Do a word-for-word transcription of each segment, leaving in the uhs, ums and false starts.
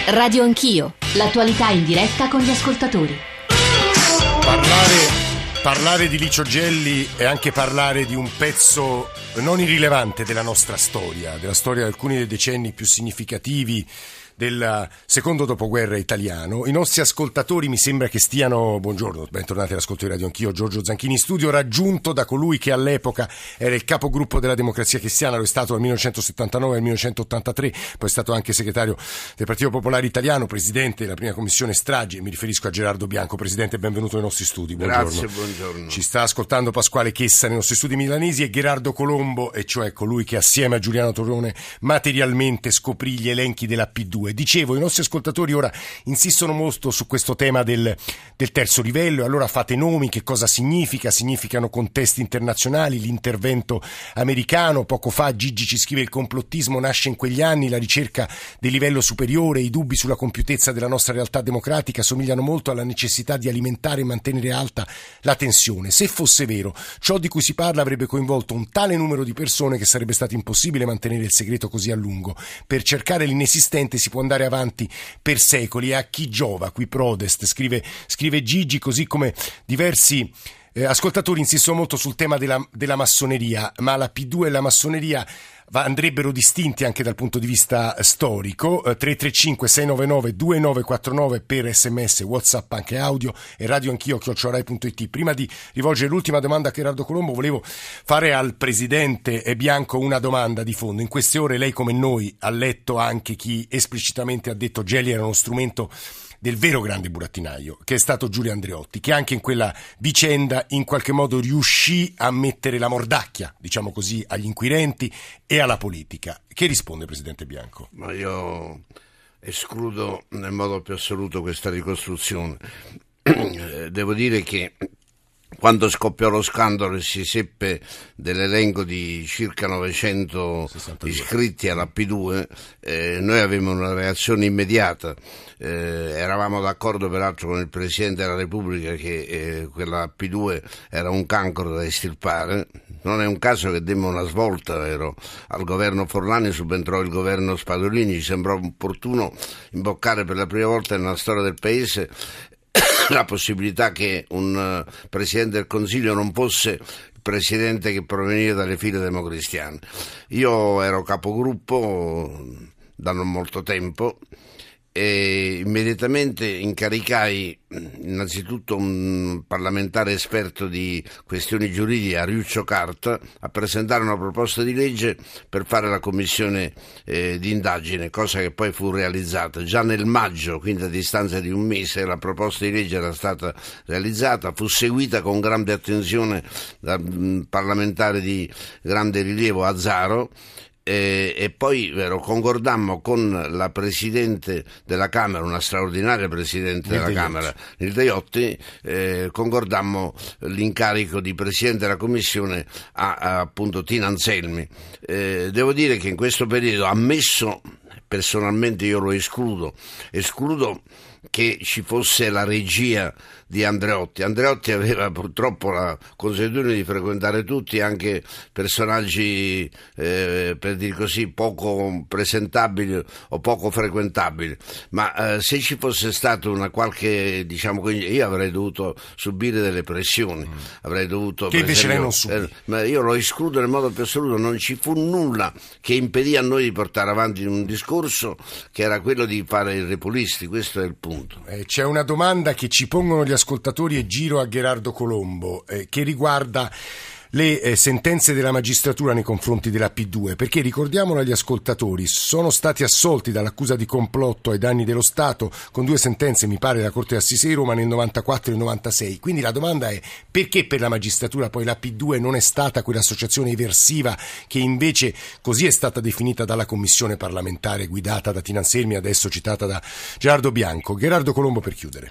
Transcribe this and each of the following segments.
Radio Anch'io, l'attualità in diretta con gli ascoltatori. Parlare, parlare di Licio Gelli è anche parlare di un pezzo non irrilevante della nostra storia, della storia di alcuni dei decenni più significativi del secondo dopoguerra italiano. I nostri ascoltatori mi sembra che stiano, buongiorno, bentornati all'ascolto di Radio Anch'io, Giorgio Zanchini in studio, raggiunto da colui che all'epoca era il capogruppo della Democrazia Cristiana, lo è stato dal millenovecentosettantanove al millenovecentottantatré, poi è stato anche segretario del Partito Popolare Italiano, presidente della prima commissione stragi, mi riferisco a Gerardo Bianco. Presidente, benvenuto ai nostri studi. Buongiorno. Grazie, buongiorno. Ci sta ascoltando Pasquale Chessa nei nostri studi milanesi e Gherardo Colombo, e cioè colui che assieme a Giuliano Torrone materialmente scoprì gli elenchi della P due. Dicevo, i nostri ascoltatori ora insistono molto su questo tema del, del terzo livello, e allora fate nomi, che cosa significa? Significano contesti internazionali, l'intervento americano. Poco fa Gigi ci scrive: il complottismo nasce in quegli anni, la ricerca del livello superiore, i dubbi sulla compiutezza della nostra realtà democratica somigliano molto alla necessità di alimentare e mantenere alta la tensione. Se fosse vero, ciò di cui si parla avrebbe coinvolto un tale numero di persone che sarebbe stato impossibile mantenere il segreto così a lungo. Per cercare l'inesistente si può andare avanti per secoli. E a chi giova qui prodest, scrive, scrive Gigi, così come diversi eh, ascoltatori insistono molto sul tema della, della massoneria, ma la P due e la massoneria Va, andrebbero distinti anche dal punto di vista storico. eh, tre tre cinque sei nove nove due nove quattro nove per sms, WhatsApp anche audio, e radio anch'io chiocciola rai punto it. Prima di rivolgere l'ultima domanda a Gerardo Colombo, volevo fare al presidente Bianco una domanda di fondo. In queste ore lei, come noi, ha letto anche chi esplicitamente ha detto Gelli era uno strumento del vero grande burattinaio, che è stato Giulio Andreotti, che anche in quella vicenda in qualche modo riuscì a mettere la mordacchia, diciamo così, agli inquirenti e alla politica. Che risponde, presidente Bianco? Ma io escludo nel modo più assoluto questa ricostruzione. Devo dire che quando scoppiò lo scandalo e si seppe dell'elenco di circa novecento sessantadue iscritti alla P due, eh, noi avevamo una reazione immediata. Eh, eravamo d'accordo peraltro con il Presidente della Repubblica che eh, quella P due era un cancro da estirpare. Non è un caso che demmo una svolta, vero? Al governo Forlani subentrò il governo Spadolini. Ci sembrò opportuno imboccare per la prima volta nella storia del Paese la possibilità che un uh, Presidente del Consiglio non fosse il Presidente che proveniva dalle file democristiane. Io ero capogruppo da non molto tempo e immediatamente incaricai innanzitutto un parlamentare esperto di questioni giuridiche, Ariuccio Carta, a presentare una proposta di legge per fare la commissione eh, di indagine, cosa che poi fu realizzata. Già nel maggio, quindi a distanza di un mese, la proposta di legge era stata realizzata, fu seguita con grande attenzione dal mh, parlamentare di grande rilievo Azzaro. E, e poi vero, concordammo con la Presidente della Camera, una straordinaria Presidente della Camera, Nilde Iotti, eh, concordammo l'incarico di Presidente della Commissione a, a appunto Tina Anselmi. Eh, devo dire che in questo periodo, ammesso, personalmente io lo escludo, escludo che ci fosse la regia di Andreotti. Andreotti aveva purtroppo la consuetudine di frequentare tutti, anche personaggi eh, per dire così poco presentabili o poco frequentabili, ma eh, se ci fosse stata una qualche, diciamo, quindi io avrei dovuto subire delle pressioni, mm. avrei dovuto, che invece esempio, lei non subì. Eh, ma io lo escludo nel modo più assoluto. Non ci fu nulla che impedì a noi di portare avanti un discorso che era quello di fare i repulisti. Questo è il punto. Eh, c'è una domanda che ci pongono gli ascoltatori e giro a Gherardo Colombo, eh, che riguarda le eh, sentenze della magistratura nei confronti della P due, perché ricordiamolo agli ascoltatori, sono stati assolti dall'accusa di complotto ai danni dello Stato con due sentenze, mi pare, della Corte d'Assise di Roma nel novantaquattro e nel novantasei. Quindi la domanda è: perché per la magistratura poi la P due non è stata quell'associazione eversiva che invece così è stata definita dalla commissione parlamentare guidata da Tina Anselmi, adesso citata da Gerardo Bianco? Gherardo Colombo, per chiudere.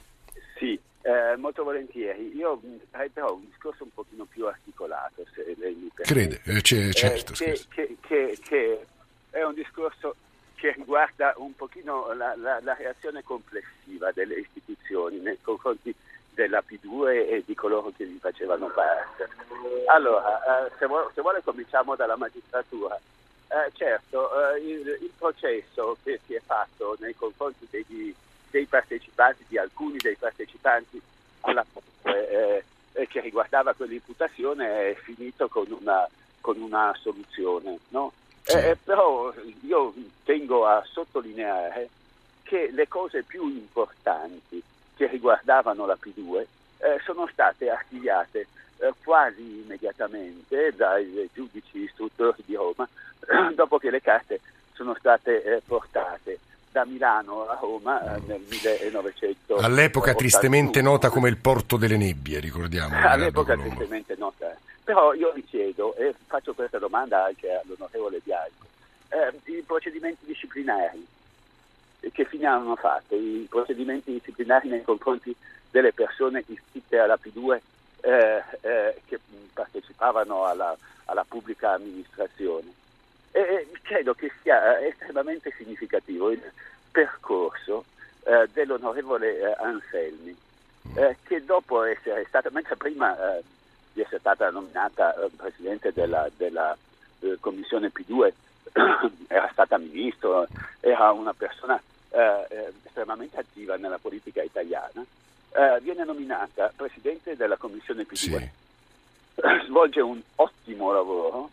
Eh, molto volentieri. Io farei però un discorso un pochino più articolato, se lei mi permette. Crede, eh, c'è, certo. Eh, che, che, che, che è un discorso che riguarda un pochino la, la, la reazione complessiva delle istituzioni nei confronti della P due e di coloro che vi facevano parte. Allora, eh, se, vuole, se vuole cominciamo dalla magistratura. Eh, certo, eh, il, il processo che si è fatto nei confronti dei, dei partecipanti, di alcuni dei partecipanti alla eh, eh, che riguardava quell'imputazione è finito con una, con una soluzione, no? Sì. Eh, però io tengo a sottolineare che le cose più importanti che riguardavano la P due eh, sono state archiviate eh, quasi immediatamente dai giudici istruttori di Roma dopo che le carte sono state eh, portate da Milano a Roma eh, nel millenovecento. All'epoca tristemente nota come il Porto delle Nebbie, ricordiamo. All'epoca tristemente nota. Però io vi chiedo, e faccio questa domanda anche all'onorevole Bianco, eh, i procedimenti disciplinari, che fine hanno fatto? I procedimenti disciplinari nei confronti delle persone iscritte alla P due eh, eh, che partecipavano alla, alla pubblica amministrazione. E credo che sia estremamente significativo il percorso eh, dell'onorevole eh, Anselmi, eh, che dopo essere stata, mentre prima eh, di essere stata nominata eh, presidente della, della eh, commissione P due, era stata ministro, era una persona eh, estremamente attiva nella politica italiana, eh, viene nominata presidente della commissione P due, sì. Svolge un ottimo lavoro,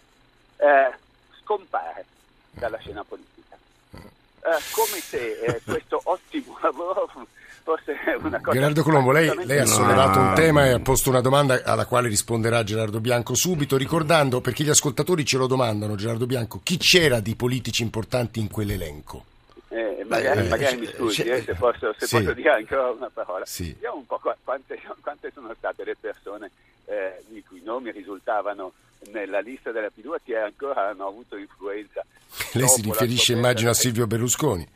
eh, scompare dalla scena politica, eh, come se eh, questo ottimo lavoro fosse una cosa. Gerardo Colombo, lei, lei ha sollevato un tema e ha posto una domanda alla quale risponderà Gerardo Bianco subito, ricordando, perché gli ascoltatori ce lo domandano, Gerardo Bianco, chi c'era di politici importanti in quell'elenco? Eh, magari, eh, magari mi scusi eh, se, posso, se sì. posso dire ancora una parola. Sì. Vediamo un po' quante, quante sono state le persone eh, i cui nomi risultavano nella lista della P due che ancora hanno avuto influenza. Lei si riferisce, immagino, a Silvio Berlusconi.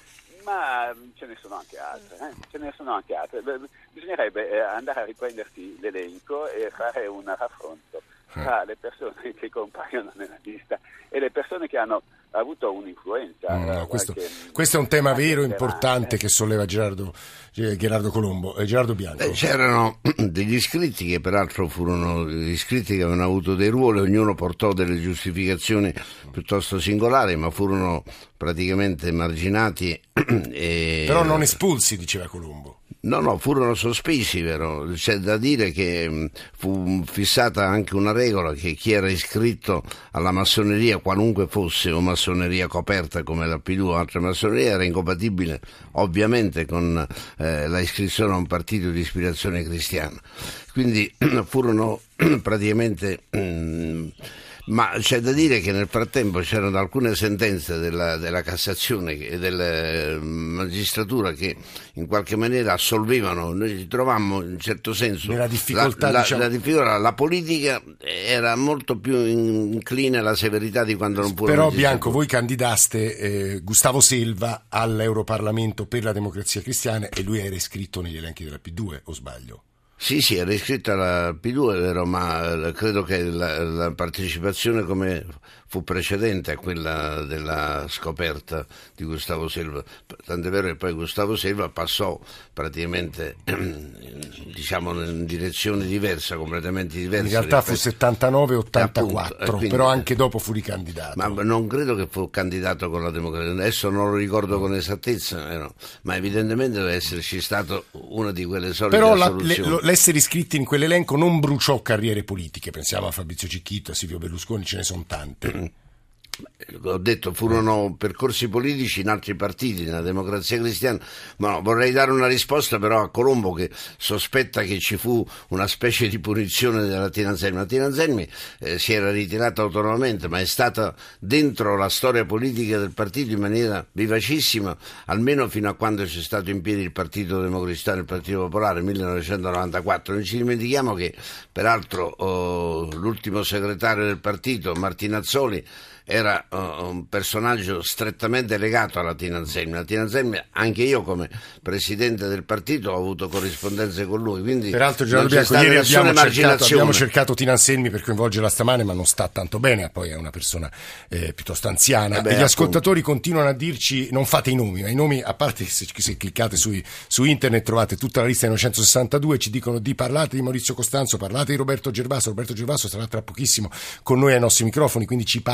Ma ce ne sono anche altre, eh? ce ne sono anche altre. Bisognerebbe eh, andare a riprendersi l'elenco e fare un raffronto tra le persone che compaiono nella lista e le persone che hanno avuto un'influenza. No, no, questo, questo è un tema vero, importante, che solleva Gerardo, Gerardo Colombo e Gerardo Bianco. Eh, c'erano degli iscritti che peraltro furono iscritti che avevano avuto dei ruoli, ognuno portò delle giustificazioni piuttosto singolari, ma furono praticamente emarginati. E... Però non espulsi, diceva Colombo. No, no, furono sospesi, vero? C'è da dire che fu fissata anche una regola che chi era iscritto alla massoneria, qualunque fosse, o massoneria coperta come la P due o altre massonerie, era incompatibile ovviamente con eh, la iscrizione a un partito di ispirazione cristiana. Quindi furono praticamente... Mm, ma c'è da dire che nel frattempo c'erano alcune sentenze della, della Cassazione e della magistratura che in qualche maniera assolvevano. Noi ci trovammo in un certo senso nella difficoltà, la, la, diciamo... la, difficoltà, la politica era molto più incline alla severità di quando non pure. Però Bianco, voi candidaste eh, Gustavo Selva all'Europarlamento per la Democrazia Cristiana e lui era iscritto negli elenchi della P due, o sbaglio? Sì, sì, era iscritta alla P due, vero, ma credo che la, la partecipazione come fu precedente a quella della scoperta di Gustavo Selva, tant'è vero che poi Gustavo Selva passò praticamente diciamo in direzione diversa, completamente diversa. In realtà fu settantanove ottantaquattro, quindi, però anche dopo fu ricandidato. Ma non credo che fu candidato con la Democrazia, adesso non lo ricordo con esattezza, vero, ma evidentemente deve esserci stato una di quelle solite però la, soluzioni. Le, l'essere iscritti in quell'elenco non bruciò carriere politiche, pensiamo a Fabrizio Cicchito, a Silvio Berlusconi, ce ne sono tante. Ho detto, furono percorsi politici in altri partiti, nella Democrazia Cristiana, ma no, vorrei dare una risposta però a Colombo che sospetta che ci fu una specie di punizione della Tina Anselmi. La Tina Anselmi eh, si era ritirata autonomamente, ma è stata dentro la storia politica del partito in maniera vivacissima, almeno fino a quando c'è stato in piedi il Partito Democristiano e il Partito Popolare nel millenovecentonovantaquattro. Non ci dimentichiamo che peraltro oh, l'ultimo segretario del partito, Martinazzoli, era uh, un personaggio strettamente legato alla Tina Anselmi. La Tina Anselmi, anche io come presidente del partito ho avuto corrispondenze con lui, quindi peraltro Gerardo Bianco, ieri abbiamo cercato, abbiamo cercato Tina Anselmi per coinvolgerla stamane, ma non sta tanto bene, poi è una persona eh, piuttosto anziana. Eh beh, e gli ascoltatori appunto continuano a dirci, non fate i nomi, ma i nomi, a parte se, se cliccate sui, su internet trovate tutta la lista dei novecentosessantadue, ci dicono di parlate di Maurizio Costanzo, parlate di Roberto Gervaso. Roberto Gervaso sarà tra pochissimo con noi ai nostri microfoni, quindi ci parleremo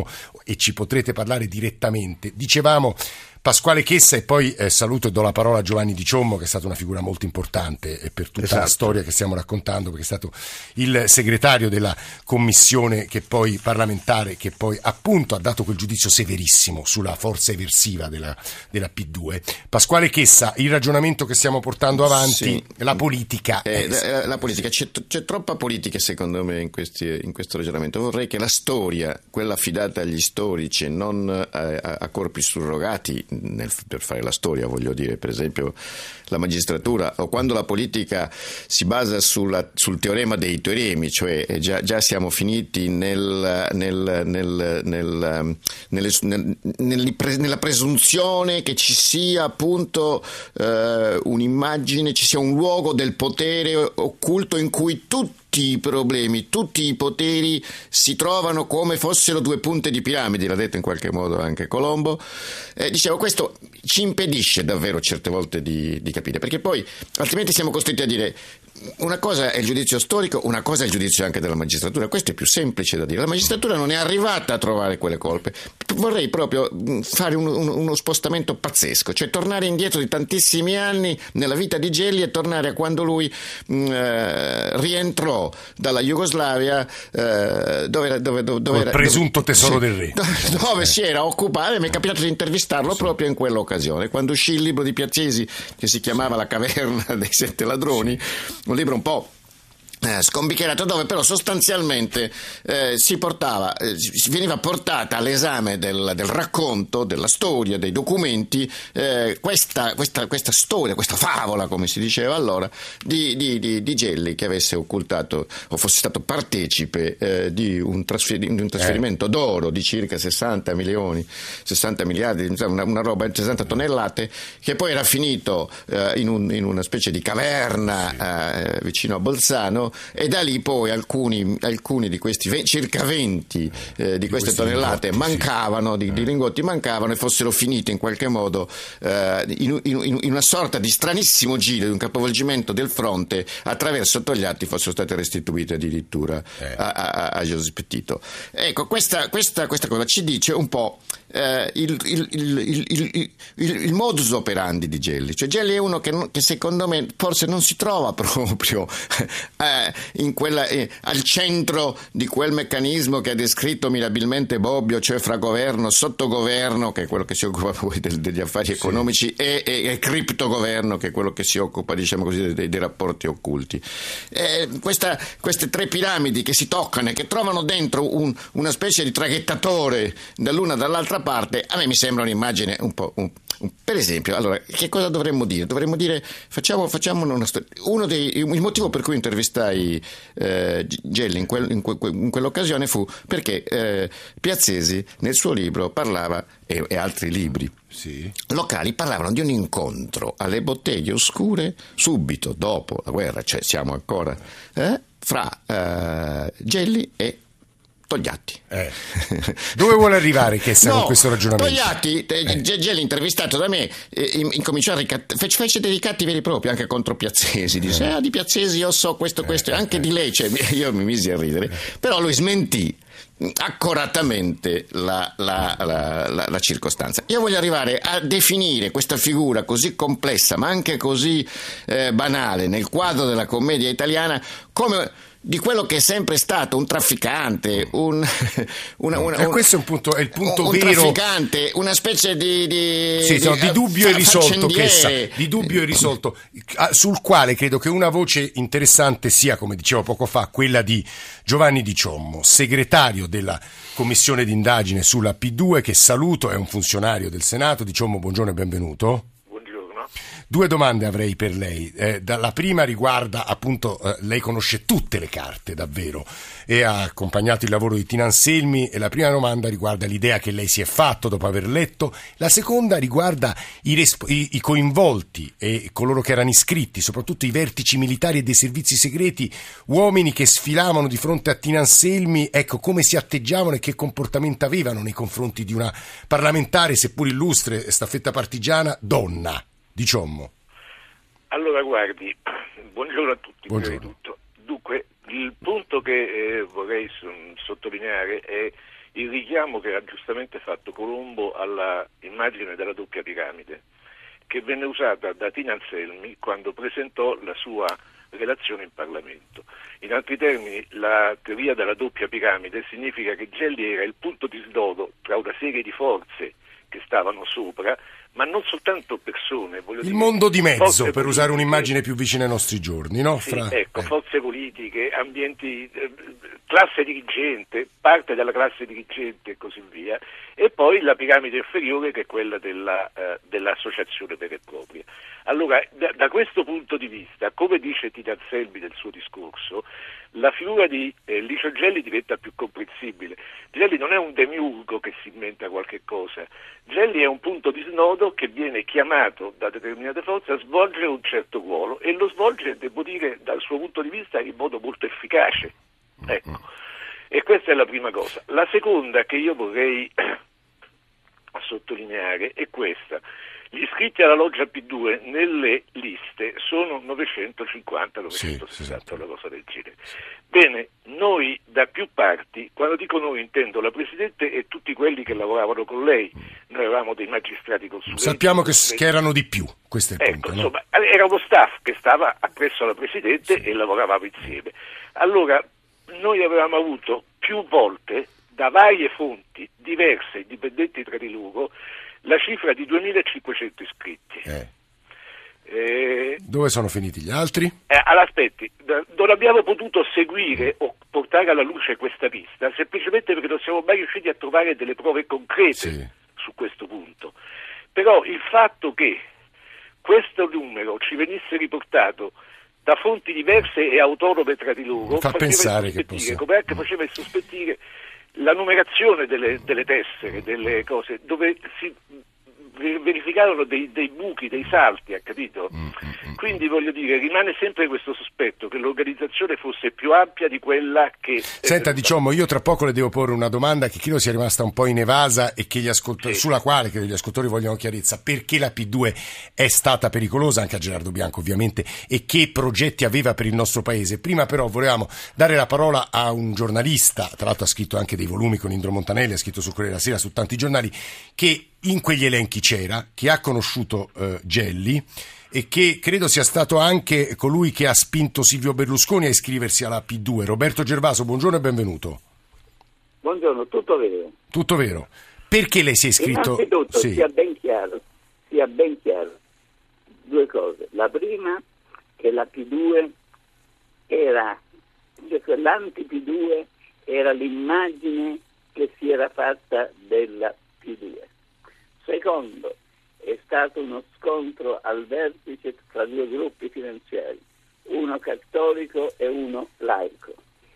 e ci potrete parlare direttamente. Dicevamo Pasquale Chessa e poi eh, saluto e do la parola a Giovanni Di Ciommo, che è stata una figura molto importante eh, per tutta esatto. la storia che stiamo raccontando, perché è stato il segretario della commissione che poi parlamentare che poi appunto ha dato quel giudizio severissimo sulla forza eversiva della, della P due. Pasquale Chessa, il ragionamento che stiamo portando avanti, sì. la politica eh, è... la, la politica c'è, c'è troppa politica secondo me in, questi, in questo ragionamento. Vorrei che la storia, quella affidata agli storici e non a, a, a corpi surrogati nel, per fare la storia, voglio dire, per esempio la magistratura, o quando la politica si basa sulla, sul teorema dei teoremi, cioè già, già siamo finiti nel, nel, nel, nel, nelle, nel, nel, nella presunzione che ci sia appunto eh, un'immagine, ci sia un luogo del potere occulto in cui tutti Tutti i problemi, tutti i poteri si trovano come fossero due punte di piramide, l'ha detto in qualche modo anche Colombo. Eh, dicevo, questo ci impedisce davvero certe volte di, di capire, perché poi altrimenti siamo costretti a dire una cosa è il giudizio storico, una cosa è il giudizio anche della magistratura. Questo è più semplice da dire. La magistratura non è arrivata a trovare quelle colpe. Vorrei proprio fare un, un, uno spostamento pazzesco, cioè tornare indietro di tantissimi anni nella vita di Gelli e tornare a quando lui mh, eh, rientrò dalla Jugoslavia, eh, dove era, dove, dove, dove il era, presunto dove, tesoro sì, del re, dove, dove eh. si era occupato, e mi è capitato di intervistarlo sì. proprio in quell'occasione, quando uscì il libro di Piazzesi che si chiamava La caverna dei sette ladroni, un libro un po' Eh, scombicherato, dove però sostanzialmente eh, si portava, eh, si veniva portata all'esame del, del racconto, della storia, dei documenti, eh, questa, questa, questa storia, questa favola, come si diceva allora, di, di, di, di Gelli, che avesse occultato o fosse stato partecipe eh, di, un trasfer- di un trasferimento eh. d'oro di circa sessanta milioni, sessanta miliardi, una, una roba, sessanta tonnellate, che poi era finito eh, in, un, in una specie di caverna eh, vicino a Bolzano. E da lì poi alcuni, alcuni di questi circa venti eh, di, di queste tonnellate lingotti, mancavano, sì. di, di lingotti mancavano e fossero finiti in qualche modo eh, in, in, in una sorta di stranissimo giro, di un capovolgimento del fronte, attraverso Togliatti fossero state restituite addirittura eh. a, a, a Giuseppe Tito. Ecco, questa, questa, questa cosa ci dice un po' eh, il, il, il, il, il, il, il modus operandi di Gelli. Cioè Gelli è uno che, che secondo me forse non si trova proprio eh, in quella, eh, al centro di quel meccanismo che ha descritto mirabilmente Bobbio, cioè fra governo, sottogoverno, che è quello che si occupa poi del, degli affari economici, sì. e, e, e criptogoverno, che è quello che si occupa, diciamo così, dei, dei rapporti occulti. Eh, questa, queste tre piramidi che si toccano e che trovano dentro un, una specie di traghettatore dall'una dall'altra parte, a me mi sembra un'immagine un po'... Un, per esempio, allora, che cosa dovremmo dire? Dovremmo dire, facciamo, facciamo una storia. Uno dei, il motivo per cui intervistai eh, Gelli in, quel, in, que, in quell'occasione fu perché eh, Piazzesi nel suo libro parlava, e, e altri libri sì. locali parlavano di un incontro alle botteghe oscure subito dopo la guerra, cioè siamo ancora, eh, fra eh, Gelli e Togliatti. Eh. Dove vuole arrivare Chessa no, con questo ragionamento? Togliatti, eh. Gelli intervistato da me, eh, incominciò a ricatt- fece, fece dei ricatti veri e propri anche contro Piazzesi. Disse, eh. ah, di Piazzesi io so questo, questo, eh. anche eh. di lei, cioè, io mi misi a ridere. Eh. Però lui smentì accuratamente la, la, la, la, la circostanza. Io voglio arrivare a definire questa figura così complessa, ma anche così eh, banale, nel quadro della commedia italiana, come di quello che è sempre stato un trafficante, un, una, una, un, questo è, un punto, è il punto un vero. trafficante, una specie di di, sì, di, no, di dubbio fa, irrisolto, Chessa, di dubbio irrisolto, sul quale credo che una voce interessante sia, come dicevo poco fa, quella di Giovanni Di Ciommo, segretario della commissione d'indagine sulla P due, che saluto, è un funzionario del Senato. Di Ciommo, buongiorno e benvenuto. Due domande avrei per lei. Eh, la prima riguarda appunto, eh, lei conosce tutte le carte davvero e ha accompagnato il lavoro di Tina Anselmi, e la prima domanda riguarda l'idea che lei si è fatto dopo aver letto. La seconda riguarda i, resp- i, i coinvolti e coloro che erano iscritti, soprattutto i vertici militari e dei servizi segreti, uomini che sfilavano di fronte a Tina Anselmi, ecco, come si atteggiavano e che comportamento avevano nei confronti di una parlamentare, seppur illustre, staffetta partigiana, donna. Di Ciommo. Allora guardi, buongiorno a tutti. Buongiorno. Prima di tutto. Dunque, il punto che eh, vorrei s- sottolineare è il richiamo che ha giustamente fatto Colombo alla immagine della doppia piramide, che venne usata da Tina Anselmi quando presentò la sua relazione in Parlamento. In altri termini, la teoria della doppia piramide significa che Gelli era il punto di snodo tra una serie di forze che stavano sopra, ma non soltanto persone. Voglio il dire, mondo di mezzo, per politiche, usare un'immagine più vicina ai nostri giorni, no? Sì, Fra... ecco, eh. forze politiche, ambienti, eh, classe dirigente, parte della classe dirigente e così via, e poi la piramide inferiore che è quella della, eh, dell'associazione vera e propria. Allora, da, da questo punto di vista, come dice Tina Anselmi nel suo discorso, la figura di eh, Licio Gelli diventa più comprensibile. Gelli non è un demiurgo che si inventa qualche cosa, Gelli è un punto di snodo che viene chiamato da determinate forze a svolgere un certo ruolo, e lo svolge, devo dire, dal suo punto di vista in modo molto efficace. Ecco. E questa è la prima cosa. La seconda che io vorrei sottolineare è questa. Gli iscritti alla loggia P due nelle liste sono novecentocinquanta novecentosessanta, una cosa del genere. Bene, noi da più parti, quando dico noi intendo la Presidente e tutti quelli che lavoravano con lei, noi avevamo dei magistrati consulenti. Sappiamo che, che erano di più, questo è il ecco, punto. Insomma, no? Era uno staff che stava appresso alla Presidente, sì, e lavoravamo insieme. Allora, noi avevamo avuto più volte, da varie fonti diverse, dipendenti tra di loro, la cifra di duemilacinquecento iscritti. Eh. Eh, Dove sono finiti gli altri? Eh, all'aspetti, non abbiamo potuto seguire o portare alla luce questa pista semplicemente perché non siamo mai riusciti a trovare delle prove concrete, sì, su questo punto. Però il fatto che questo numero ci venisse riportato da fonti diverse e autonome tra di loro fa pensare che possa... come anche faceva sospettire la numerazione delle, delle tessere, delle cose, dove si verificarono dei, dei buchi, dei salti, ha capito? Quindi voglio dire, rimane sempre questo sospetto che l'organizzazione fosse più ampia di quella che... Senta, diciamo, io tra poco le devo porre una domanda che credo sia rimasta un po' inevasa e che gli ascoltatori, sì, sulla quale credo gli ascoltatori vogliono chiarezza. Perché la P due è stata pericolosa, anche a Gerardo Bianco ovviamente, e che progetti aveva per il nostro paese. Prima però volevamo dare la parola a un giornalista, tra l'altro ha scritto anche dei volumi con Indro Montanelli, ha scritto su Corriere della Sera, su tanti giornali, che in quegli elenchi c'era, che ha conosciuto eh, Gelli e che credo sia stato anche colui che ha spinto Silvio Berlusconi a iscriversi alla P due. Roberto Gervaso, buongiorno e benvenuto. Buongiorno, tutto vero. Tutto vero. Perché lei si è iscritto? Innanzitutto, sì, sia ben chiaro, sia ben chiaro due cose. La prima, che la P due era, cioè l'anti-P due era l'immagine che si era fatta della P due. Secondo, è stato uno scontro al vertice tra due gruppi finanziari, uno cattolico e uno laico.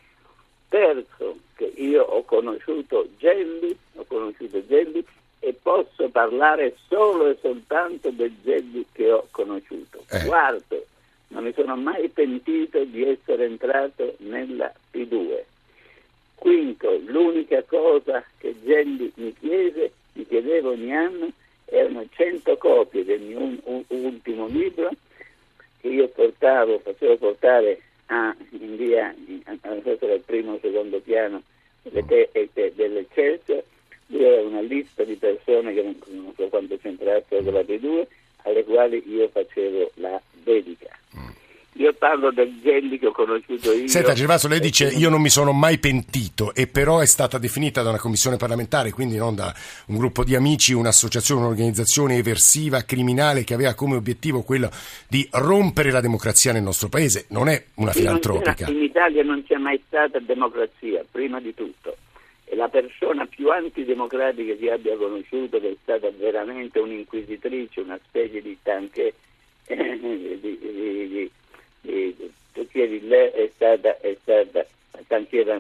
Terzo, che io ho conosciuto Gelli, ho conosciuto Gelli e posso parlare solo e soltanto del Gelli che ho conosciuto. Eh. Quarto, non mi sono mai pentito di essere entrato nella P due. Quinto, l'unica cosa che Gelli mi chiese, mi chiedeva ogni anno, erano cento copie del mio un, un, ultimo libro che io portavo, facevo portare a, in via, al primo o secondo piano dell'Eccelsior. Lui aveva una lista di persone che non, non so quanto c'entrassero della P due, alle quali io facevo la dedica. Io parlo del Gelli che ho conosciuto io. Senta Gervaso, lei dice io non mi sono mai pentito, e però è stata definita da una commissione parlamentare, quindi non da un gruppo di amici, un'associazione, un'organizzazione eversiva, criminale, che aveva come obiettivo quello di rompere la democrazia nel nostro paese. Non è una filantropica. In Italia non c'è mai stata democrazia, prima di tutto. E la persona più antidemocratica che abbia conosciuto, che è stata veramente un'inquisitrice, una specie di tanche eh, di, di, di E, tu chiedi lei è stata è stata tanchiera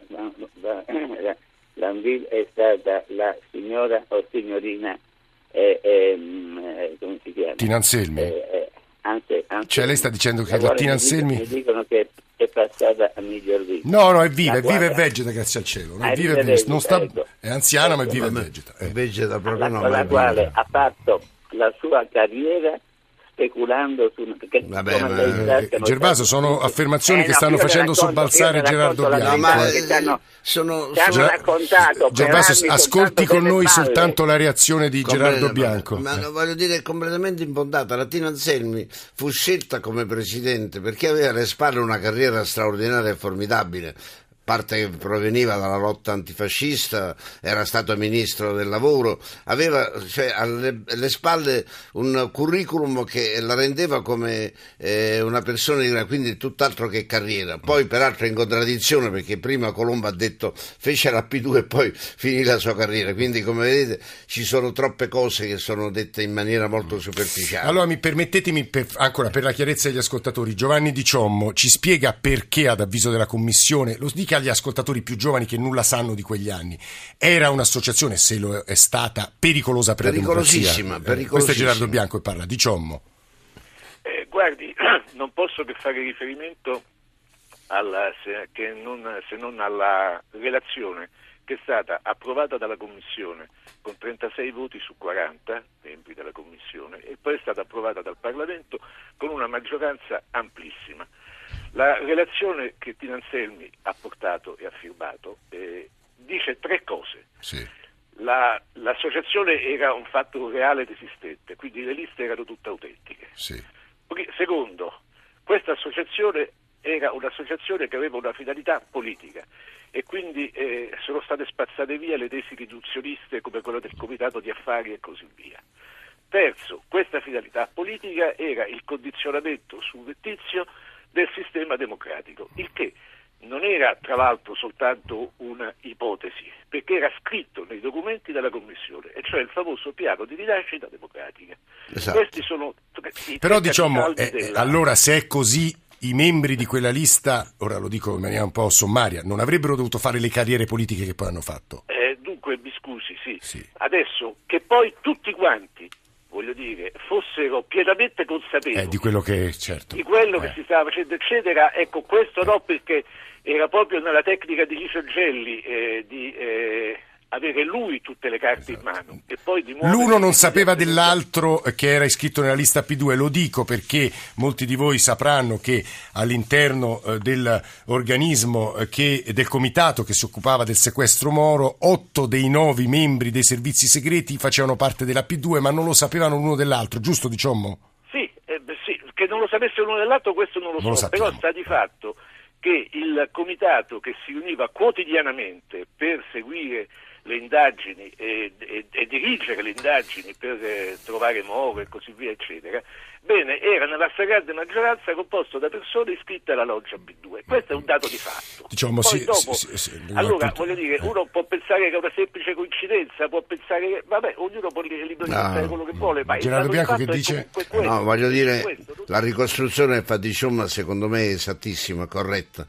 Landil è stata la signora o signorina eh, eh, come si chiama? Tina Anselmi. Eh, eh, anzi, anzi, cioè lei sta dicendo che la Tina Anselmi mi dicono che è passata a miglior vita. No, no, è viva, è viva e vegeta, grazie al cielo. No? È, viva e vegeta, non sta, ecco. È anziana, ma è viva ecco, e vegeta. Eh. Vegeta proprio la, no, con la quale ha fatto la sua carriera speculando su... Perché Vabbè, come ma, lei sa, eh, Gervaso, sono affermazioni Eh, che no, stanno io le facendo racconto- sobbalzare io le Gerardo racconto la Bianco. No, ma che t'hanno- sono, ti hanno sono- raccontato per Gervaso, anni ascolti soltanto con delle noi balle. soltanto la reazione di Gerardo Bianco. Ma Eh. no, voglio dire, è completamente infondata. La Tina Anselmi fu scelta come presidente perché aveva alle spalle una carriera straordinaria e formidabile. Parte che proveniva dalla lotta antifascista, era stato ministro del lavoro, aveva cioè, alle, alle spalle un curriculum che la rendeva come eh, una persona di quindi tutt'altro che carriera. Poi peraltro in contraddizione perché prima Colombo ha detto fece la P due e poi finì la sua carriera, quindi come vedete ci sono troppe cose che sono dette in maniera molto superficiale. Allora mi permettetemi, per, ancora per la chiarezza degli ascoltatori, Giovanni Di Ciommo ci spiega perché ad avviso della Commissione, lo dica agli ascoltatori più giovani che nulla sanno di quegli anni, era un'associazione, se lo è stata, pericolosa per la democrazia. Pericolosissima, Eh, pericolosissima. questo è Gerardo Bianco e parla. Di Ciommo. Eh, guardi, non posso che fare riferimento alla, se, che non, se non alla relazione che è stata approvata dalla Commissione con trentasei voti su quaranta membri della Commissione e poi è stata approvata dal Parlamento con una maggioranza amplissima. La relazione che Tina Anselmi ha portato e ha firmato eh, dice tre cose. Sì. La, l'associazione era un fatto reale ed esistente, quindi le liste erano tutte autentiche. Sì. Secondo, questa associazione era un'associazione che aveva una finalità politica e quindi eh, sono state spazzate via le tesi riduzioniste come quella del comitato di affari e così via. Terzo, questa finalità politica era il condizionamento surrettizio del sistema democratico, il che non era tra l'altro soltanto una ipotesi, perché era scritto nei documenti della Commissione, e cioè il famoso piano di rinascita democratica. Esatto. Questi sono tre, i Però tre diciamo, capisaldi eh, della... allora se è così, i membri di quella lista, ora lo dico in maniera un po' sommaria, non avrebbero dovuto fare le carriere politiche che poi hanno fatto. Eh, dunque, mi scusi, sì. Sì. Adesso che poi tutti quanti, voglio dire, fossero pienamente consapevoli Eh, di quello che, certo. di quello Eh. che si stava facendo, eccetera, ecco, questo no, perché era proprio nella tecnica di Licio Gelli eh, di eh, avere lui tutte le carte in mano e poi di muoversi- L'uno non sapeva dell'altro che era iscritto nella lista P due, lo dico perché molti di voi sapranno che all'interno eh, dell'organismo eh, che, del comitato che si occupava del sequestro Moro, otto dei nove membri dei servizi segreti facevano parte della P due, ma non lo sapevano l'uno dell'altro, giusto Di Ciommo? Sì, eh, beh, sì, che non lo sapesse uno dell'altro questo non lo Non lo so, sappiamo. però sta di fatto che il comitato che si riuniva quotidianamente per seguire le indagini e, e, e dirigere le indagini per eh, trovare Moro e così via eccetera, bene, era nella stragrande maggioranza composto da persone iscritte alla loggia B due. Questo è un dato di fatto. Diciamo, Poi sì, dopo, sì, sì, sì, allora appunto, voglio dire, eh. uno può pensare che è una semplice coincidenza, può pensare che vabbè, ognuno può libero di pensare No. quello che vuole, ma il Gerardo dato di Bianco fatto che è dice- comunque questo. No, voglio dire, Questo, no? la ricostruzione fa di Ciomma secondo me è esattissima, corretta.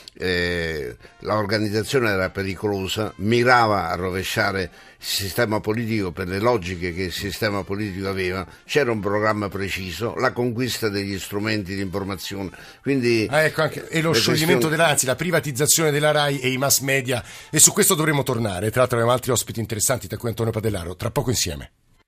Eh, l'organizzazione era pericolosa, mirava a rovesciare il sistema politico per le logiche che il sistema politico aveva, c'era un programma preciso, la conquista degli strumenti di informazione, quindi Ah, ecco, anche, e lo le scioglimento questioni- della, anzi la privatizzazione della RAI e i mass media, e su questo dovremo tornare, tra l'altro abbiamo altri ospiti interessanti tra cui Antonio Padellaro, tra poco insieme.